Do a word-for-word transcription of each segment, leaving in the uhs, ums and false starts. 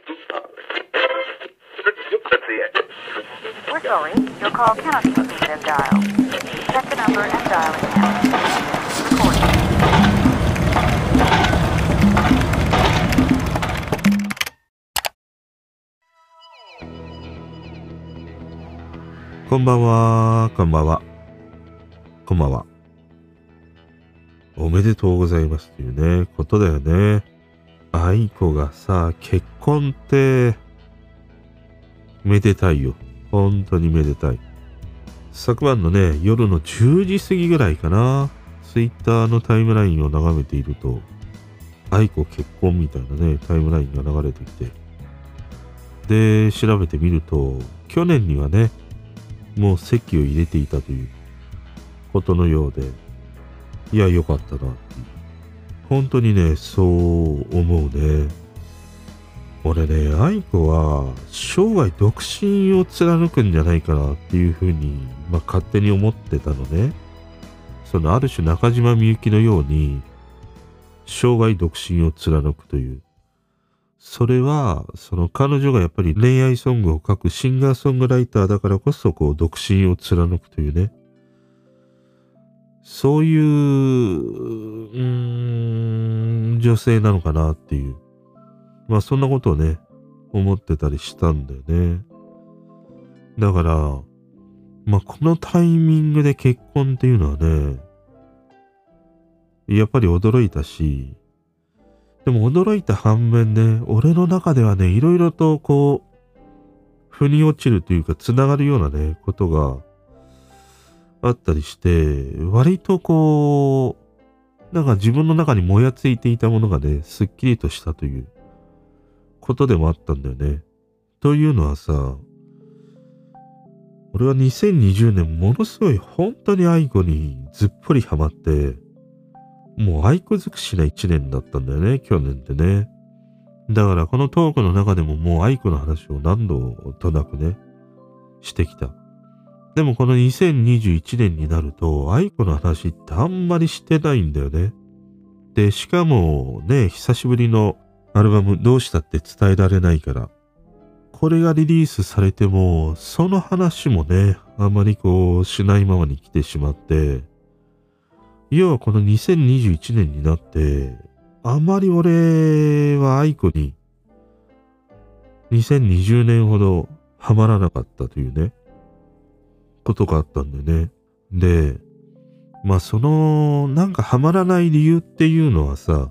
We're sorry, your call cannot be received as dialed. Check the number and dial it again. Recording. こんばんは、こんばんは。こんばんは。おめでとうございますというね、ことだよね。愛子がさ、結婚って、めでたいよ。本当にめでたい。昨晩のね、夜のじゅうじ過ぎぐらいかな。ツイッターのタイムラインを眺めていると、愛子結婚みたいなね、タイムラインが流れてきて。で、調べてみると、去年にはね、もう籍を入れていたということのようで、いや、よかったなっていう。本当にね、そう思うね。俺ね、愛子は生涯独身を貫くんじゃないかなっていうふうに、まあ勝手に思ってたのね。そのある種中島みゆきのように、生涯独身を貫くという。それは、その彼女がやっぱり恋愛ソングを書くシンガーソングライターだからこそ、こう、独身を貫くというね。そういう、うーん、女性なのかなっていう。まあそんなことをね、思ってたりしたんだよね。だから、まあこのタイミングで結婚っていうのはね、やっぱり驚いたし、でも驚いた反面ね、俺の中ではね、いろいろとこう、腑に落ちるというか、つながるようなね、ことがあったりして、割とこう、なんか自分の中にもやついていたものがね、すっきりとしたということでもあったんだよね。というのはさ、俺はにせんにじゅうねんものすごい本当に愛子にずっぽりハマって、もう愛子尽くしないちねんだったんだよね、去年ってね。だからこのトークの中でももう愛子の話を何度となくね、してきた。でもこのにせんにじゅういちねんになると愛子の話ってあんまりしてないんだよね。で、しかもね、久しぶりのアルバムどうしたって伝えられないから、これがリリースされても、その話もね、あまりこうしないままに来てしまって、要はこのにせんにじゅういちねんになって、あまり俺は愛子ににせんにじゅうねんほどハマらなかったというね、ことがあったんだよね。で、まあその、なんかハマらない理由っていうのはさ、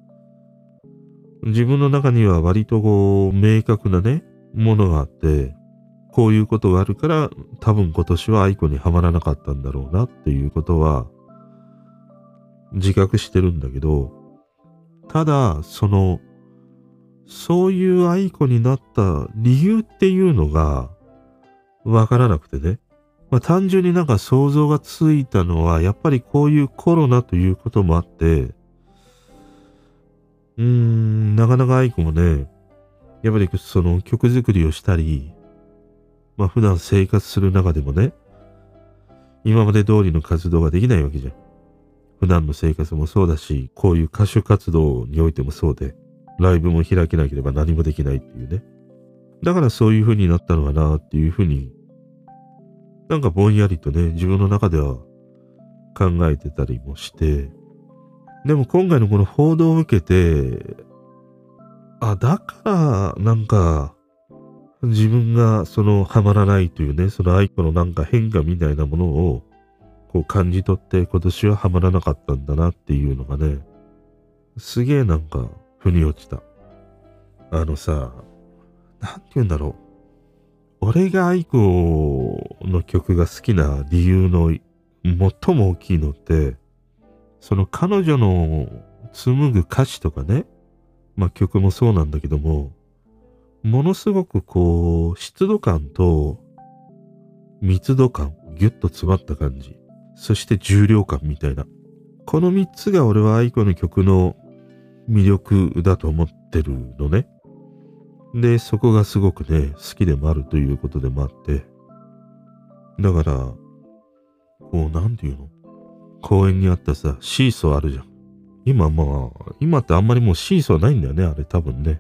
自分の中には割とこう、明確なね、ものがあって、こういうことがあるから、多分今年は愛子にはまらなかったんだろうなっていうことは、自覚してるんだけど、ただ、その、そういう愛子になった理由っていうのが、わからなくてね。まあ単純になんか想像がついたのは、やっぱりこういうコロナということもあって、うーん、なかなか愛子もね、やっぱりその曲作りをしたり、まあ普段生活する中でもね、今まで通りの活動ができないわけじゃん。普段の生活もそうだし、こういう歌手活動においてもそうで、ライブも開けなければ何もできないっていうね。だからそういう風になったのかなっていう風に、なんかぼんやりとね、自分の中では考えてたりもして、でも今回のこの報道を受けて、あ、だから、なんか、自分がそのハマらないというね、その愛子のなんか変化みたいなものを、こう感じ取って今年はハマらなかったんだなっていうのがね、すげえなんか、腑に落ちた。あのさ、なんて言うんだろう。俺が愛子の曲が好きな理由の最も大きいのって、その彼女の紡ぐ歌詞とかね、まあ曲もそうなんだけども、ものすごくこう、湿度感と密度感、ギュッと詰まった感じ。そして重量感みたいな。この三つが俺は愛子の曲の魅力だと思ってるのね。で、そこがすごくね、好きでもあるということでもあって。だから、こう、なんていうの？公園にあったさ、シーソーあるじゃん。今まあ、今ってあんまりもうシーソーないんだよね、あれ多分ね。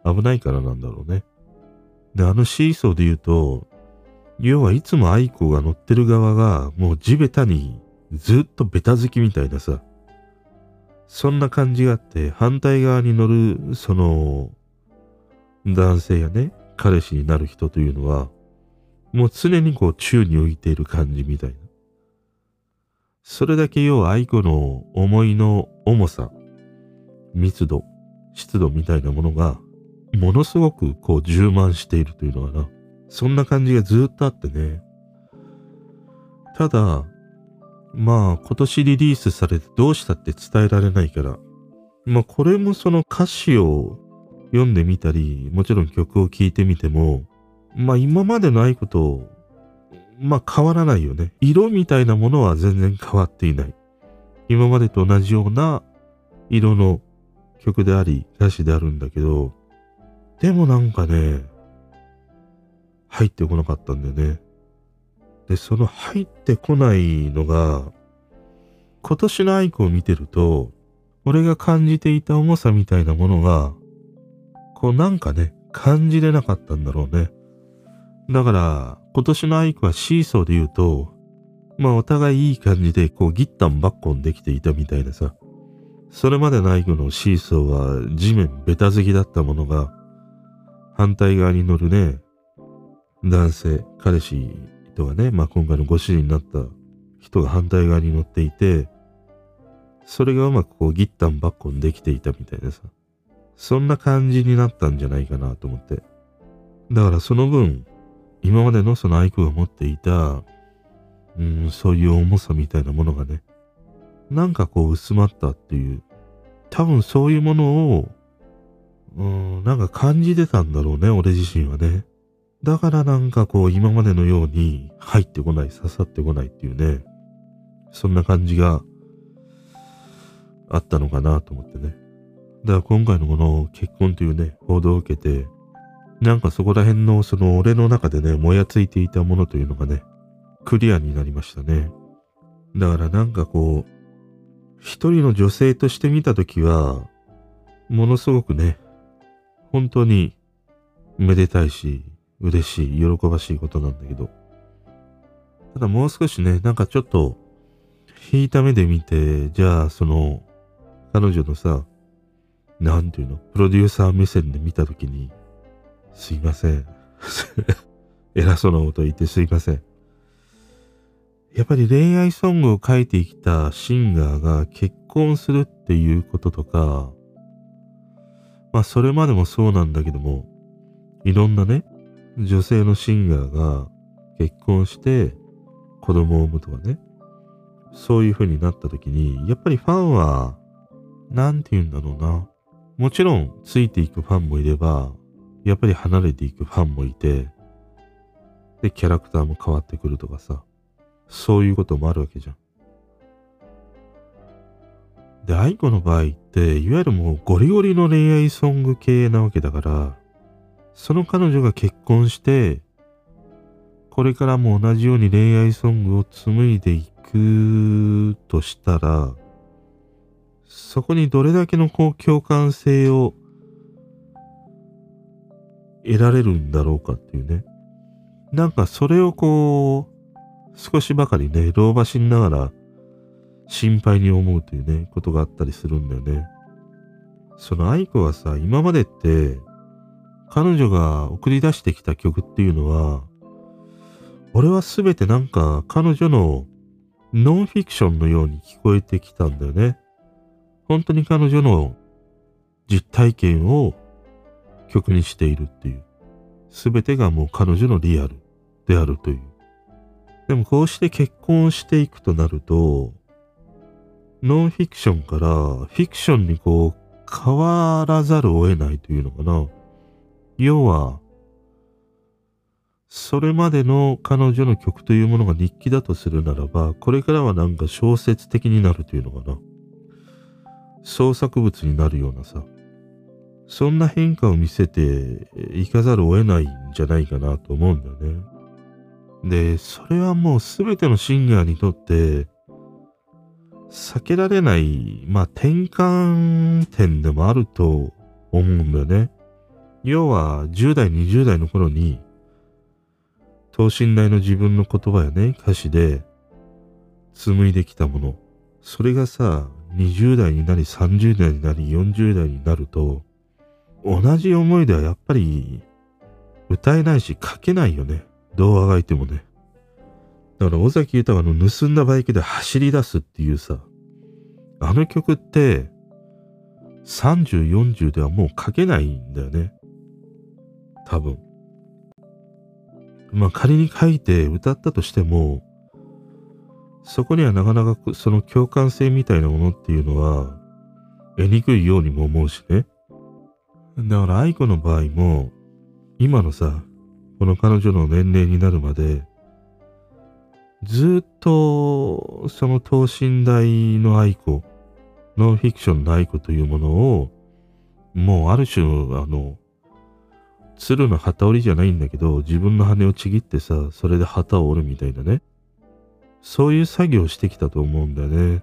危ないからなんだろうね。で、あのシーソーで言うと、要はいつも愛子が乗ってる側がもう地べたにずっとベタ付きみたいなさ、そんな感じがあって、反対側に乗るその男性やね、彼氏になる人というのは、もう常にこう宙に浮いている感じみたいな。それだけ要は愛子の思いの重さ、密度、湿度みたいなものが、ものすごくこう充満しているというのかな。そんな感じがずっとあってね。ただ、まあ今年リリースされてどうしたって伝えられないから、まあこれもその歌詞を読んでみたり、もちろん曲を聴いてみても、まあ今までの愛子と、まあ変わらないよね。色みたいなものは全然変わっていない。今までと同じような色の曲であり、歌詞であるんだけど、でもなんかね、入ってこなかったんだよね。で、その入ってこないのが、今年の愛子を見てると、俺が感じていた重さみたいなものが、こうなんかね、感じれなかったんだろうね。だから、今年の愛子はシーソーで言うと、まあお互いいい感じで、こうギッタンバッコンできていたみたいなさ。それまでの愛子のシーソーは地面ベタ付きだったものが、反対側に乗るね、男性、彼氏とかね、まあ今回のご主人になった人が反対側に乗っていて、それがうまくこうギッタンバッコンできていたみたいなさ。そんな感じになったんじゃないかなと思って。だからその分、今までのその愛子が持っていた、うん、そういう重さみたいなものがね、なんかこう薄まったっていう、多分そういうものを、うん、なんか感じてたんだろうね、俺自身はね。だからなんかこう今までのように入ってこない、刺さってこないっていうね、そんな感じがあったのかなと思ってね。だから今回のこの結婚というね、報道を受けて、なんかそこら辺のその俺の中でね、もやついていたものというのがね、クリアになりましたね。だからなんかこう、一人の女性として見たときは、ものすごくね、本当にめでたいし、嬉しい、喜ばしいことなんだけど、ただもう少しね、なんかちょっと、引いた目で見て、じゃあその、彼女のさ、なんていうの、プロデューサー目線で見たときに、すいません。偉そうなこと言ってすいません。やっぱり恋愛ソングを書いてきたシンガーが結婚するっていうこととか、まあそれまでもそうなんだけども、いろんなね、女性のシンガーが結婚して子供を産むとかね、そういう風になった時に、やっぱりファンは、なんて言うんだろうな。もちろんついていくファンもいれば、やっぱり離れていくファンもいて、で、キャラクターも変わってくるとかさ、そういうこともあるわけじゃん。で、愛子の場合って、いわゆるもうゴリゴリの恋愛ソング系なわけだから、その彼女が結婚して、これからも同じように恋愛ソングを紡いでいくとしたら、そこにどれだけのこう共感性を得られるんだろうかっていうね。なんかそれをこう、少しばかりね、老婆心ながら心配に思うというね、ことがあったりするんだよね。その愛子はさ、今までって、彼女が送り出してきた曲っていうのは、俺はすべてなんか彼女のノンフィクションのように聞こえてきたんだよね。本当に彼女の実体験を曲にしているっていう。すべてがもう彼女のリアルであるという。でもこうして結婚していくとなると、ノンフィクションからフィクションにこう変わらざるを得ないというのかな。要は、それまでの彼女の曲というものが日記だとするならば、これからはなんか小説的になるというのかな。創作物になるようなさ、そんな変化を見せていかざるを得ないんじゃないかなと思うんだよね。で、それはもうすべてのシンガーにとって避けられないまあ転換点でもあると思うんだよね。 要はじゅう代、にじゅう代の頃に、等身大の自分の言葉やね、歌詞で紡いできたもの。それがさ、にじゅう代になり、さんじゅう代になり、よんじゅう代になると、同じ思いではやっぱり歌えないし書けないよね。どうあがいてもね。だから尾崎豊の盗んだバイクで走り出すっていうさ、あの曲ってさんじゅう、よんじゅうではもう書けないんだよね。多分。まあ仮に書いて歌ったとしても、そこにはなかなかその共感性みたいなものっていうのは得にくいようにも思うしね。だから愛子の場合も、今のさ、この彼女の年齢になるまで、ずっとその等身大の愛子、ノンフィクションの愛子というものを、もうある種、あの、鶴の旗折りじゃないんだけど、自分の羽をちぎってさ、それで旗を折るみたいなね。そういう作業をしてきたと思うんだよね。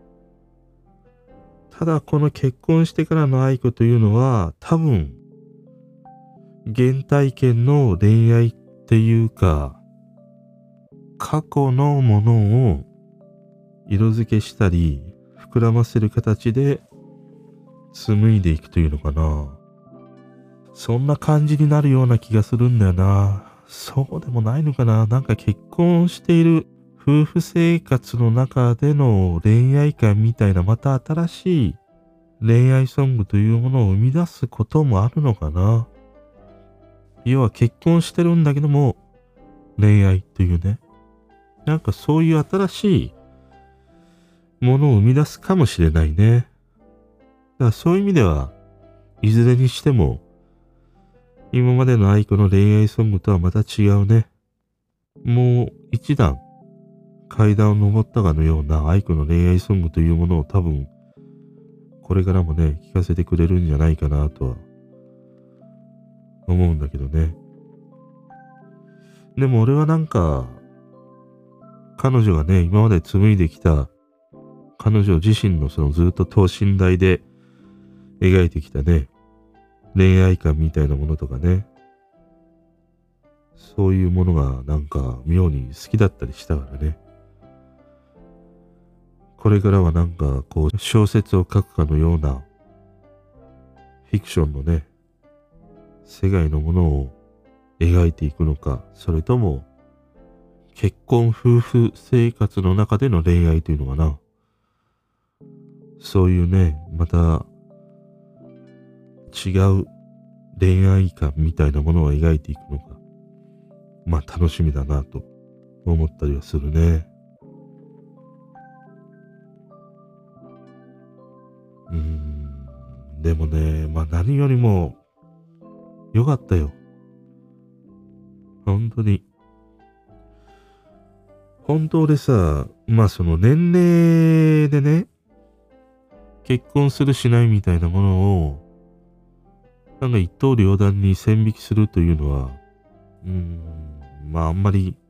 ただこの結婚してからの愛子というのは、多分、原体験の恋愛っていうか、過去のものを色付けしたり、膨らませる形で紡いでいくというのかな。そんな感じになるような気がするんだよな。そうでもないのかな。なんか結婚している夫婦生活の中での恋愛観みたいな、また新しい恋愛ソングというものを生み出すこともあるのかな。要は結婚してるんだけども恋愛というね、なんかそういう新しいものを生み出すかもしれないね。だからそういう意味ではいずれにしても今までの愛子の恋愛ソングとはまた違うね。もう一段階段を登ったかのような愛子の恋愛ソングというものを多分これからもね聞かせてくれるんじゃないかなとは思うんだけどね。でも俺はなんか彼女がね今まで紡いできた彼女自身のそのずっと等身大で描いてきたね恋愛観みたいなものとかね、そういうものがなんか妙に好きだったりしたからね。これからはなんかこう小説を書くかのようなフィクションのね世界のものを描いていくのか、それとも結婚夫婦生活の中での恋愛というのかな、そういうねまた違う恋愛観みたいなものを描いていくのか、まあ楽しみだなと思ったりはするね。うーん、でもね、まあ何よりも良かったよ。本当に。本当でさ、まあその年齢でね、結婚するしないみたいなものを、なんか一刀両断に線引きするというのは、うーん、まああんまり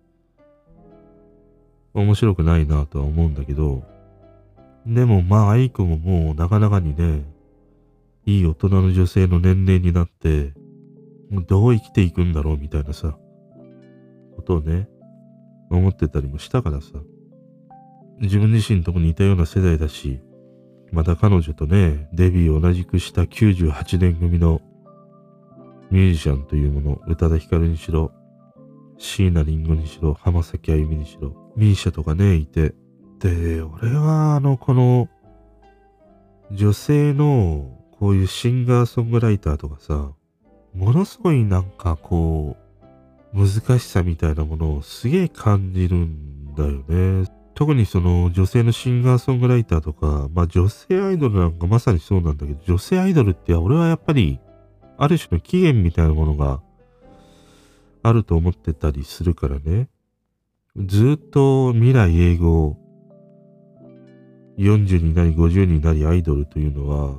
面白くないなとは思うんだけど、でもまあ愛子ももうなかなかにね、いい大人の女性の年齢になって、どう生きていくんだろうみたいなさ、ことをね、思ってたりもしたからさ、自分自身とも似たような世代だし、また彼女とね、デビューを同じくしたきゅうじゅうはちねん組のミュージシャンというもの、宇多田ヒカルにしろ、椎名林檎にしろ、浜崎あゆみにしろ、ミーシャとかね、いて。で、俺はあの、この、女性の、こういうシンガーソングライターとかさ、ものすごいなんかこう、難しさみたいなものをすげえ感じるんだよね。特にその女性のシンガーソングライターとか、まあ女性アイドルなんかまさにそうなんだけど、女性アイドルって俺はやっぱり、ある種の起源みたいなものがあると思ってたりするからね。ずっと未来永劫、よんじゅうになりごじゅうになりアイドルというのは、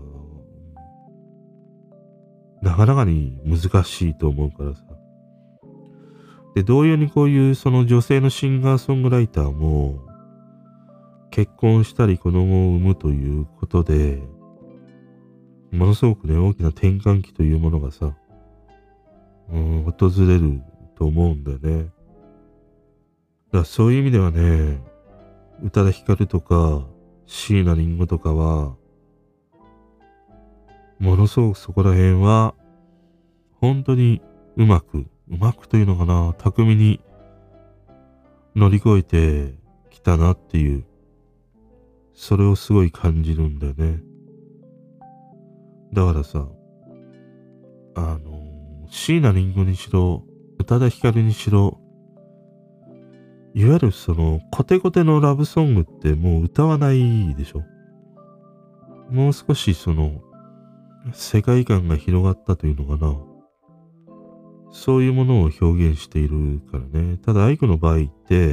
なかなかに難しいと思うからさ。で、同様にこういうその女性のシンガーソングライターも、結婚したり子供を産むということで、ものすごくね、大きな転換期というものがさ、 訪れると思うんだよね。だからそういう意味ではね、宇多田ヒカルとか椎名林檎とかは、ものすごくそこら辺は、本当にうまく、うまくというのかな、巧みに乗り越えてきたなっていう、それをすごい感じるんだよね。だからさ、あの、椎名林檎にしろ、宇多田ヒカルにしろ、いわゆるその、コテコテのラブソングってもう歌わないでしょ。もう少しその、世界観が広がったというのかな。そういうものを表現しているからね。ただ、愛子の場合って、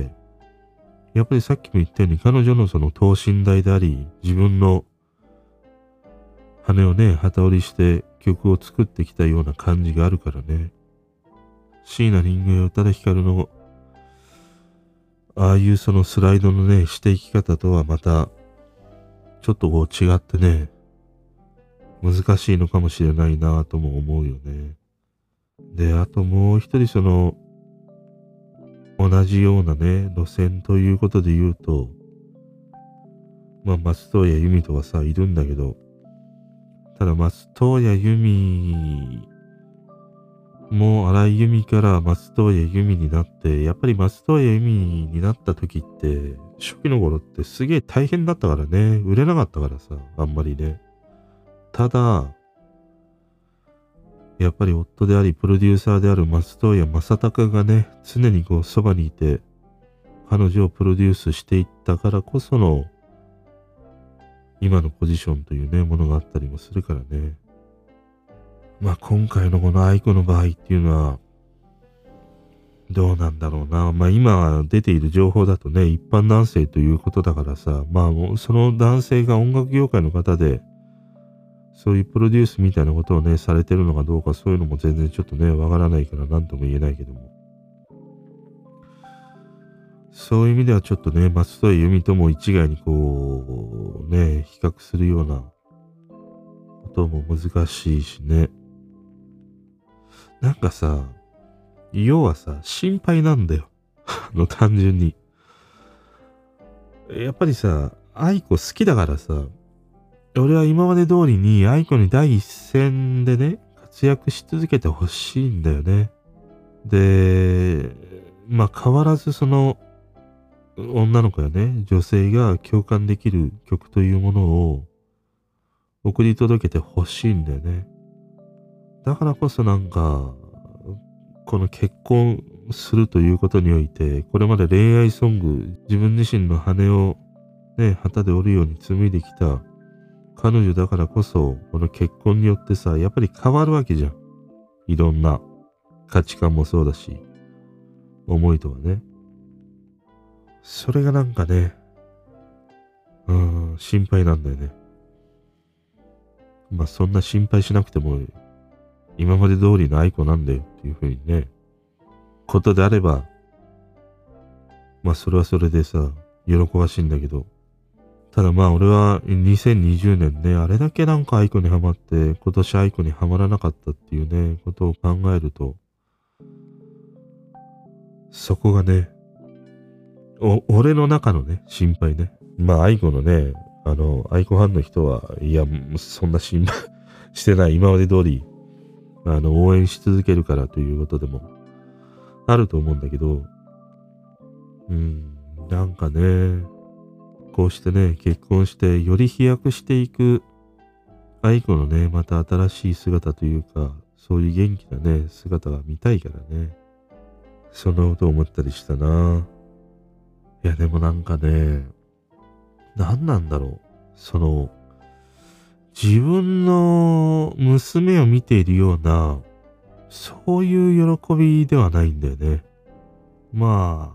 やっぱりさっきも言ったように彼女のその等身大であり、自分の羽をね、旗折りして曲を作ってきたような感じがあるからね。椎名林檎や宇多田ヒカルの、ああいうそのスライドのね、していき方とはまた、ちょっとこう違ってね、難しいのかもしれないなぁとも思うよね。で、あともう一人その、同じようなね、路線ということで言うと、まあ、松任谷由実とかさ、いるんだけど、ただ松任谷由実も荒井由実から松任谷由実になって、やっぱり松任谷由実になった時って、初期の頃ってすげえ大変だったからね、売れなかったからさ、あんまりね。ただ、やっぱり夫でありプロデューサーである松任谷正隆がね、常にこうそばにいて、彼女をプロデュースしていったからこその、今のポジションというね、ものがあったりもするからね。まあ今回のこの愛子の場合っていうのは、どうなんだろうな。まあ今出ている情報だとね、一般男性ということだからさ、まあもうその男性が音楽業界の方で、そういうプロデュースみたいなことをね、されてるのかどうか、そういうのも全然ちょっとね、わからないから何とも言えないけども。そういう意味ではちょっとね、松任谷由実とも一概にこう、ね、比較するようなことも難しいしね。なんかさ、要はさ、心配なんだよ。あの、単純に。やっぱりさ、愛子好きだからさ、俺は今まで通りに愛子に第一線でね、活躍し続けてほしいんだよね。で、まあ変わらずその、女の子やね、女性が共感できる曲というものを送り届けてほしいんだよね。だからこそなんか、この結婚するということにおいて、これまで恋愛ソング、自分自身の羽をね、旗で折るように紡いできた彼女だからこそ、この結婚によってさ、やっぱり変わるわけじゃん。いろんな価値観もそうだし、思いとかね。それがなんかね、うーん、心配なんだよね。まあそんな心配しなくても、今まで通りの愛子なんだよっていうふうにね、ことであれば、まあそれはそれでさ、喜ばしいんだけど、ただまあ俺はにせんにじゅうねんね、あれだけなんか愛子にハマって、今年愛子にハマらなかったっていうね、ことを考えると、そこがね、お、俺の中のね、心配ね。まあ愛子のね、あの、愛子ファンの人は、いや、そんな心配してない、今まで通り、あの、応援し続けるからということでも、あると思うんだけど、うん、なんかね、こうしてね、結婚して、より飛躍していく、愛子のね、また新しい姿というか、そういう元気なね、姿が見たいからね。そんなことを思ったりしたな。いや、でもなんかね、何なんだろう。その、自分の娘を見ているような、そういう喜びではないんだよね。ま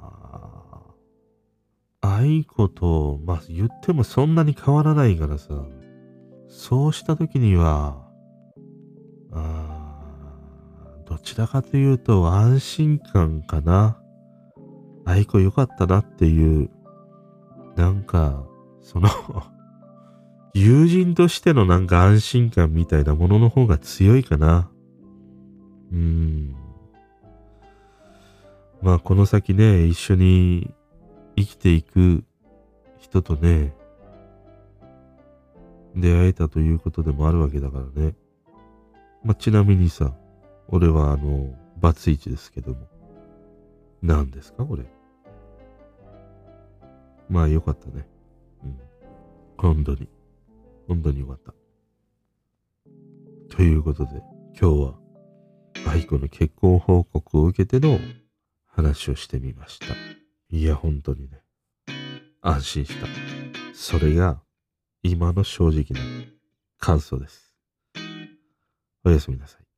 あ、愛子と、まあ言ってもそんなに変わらないからさ、そうした時には、あーどちらかというと安心感かな。愛子良かったなっていう、なんか、その友人としてのなんか安心感みたいなものの方が強いかな。うーん。 まあこの先ね、一緒に生きていく人とね、出会えたということでもあるわけだからね。まあちなみにさ、俺はあの、バツイチですけども。何ですかこれ。まあよかったね。うん。本当に。本当によかった。ということで、今日は、愛子の結婚報告を受けての話をしてみました。いや、本当にね、安心した。それが、今の正直な感想です。おやすみなさい。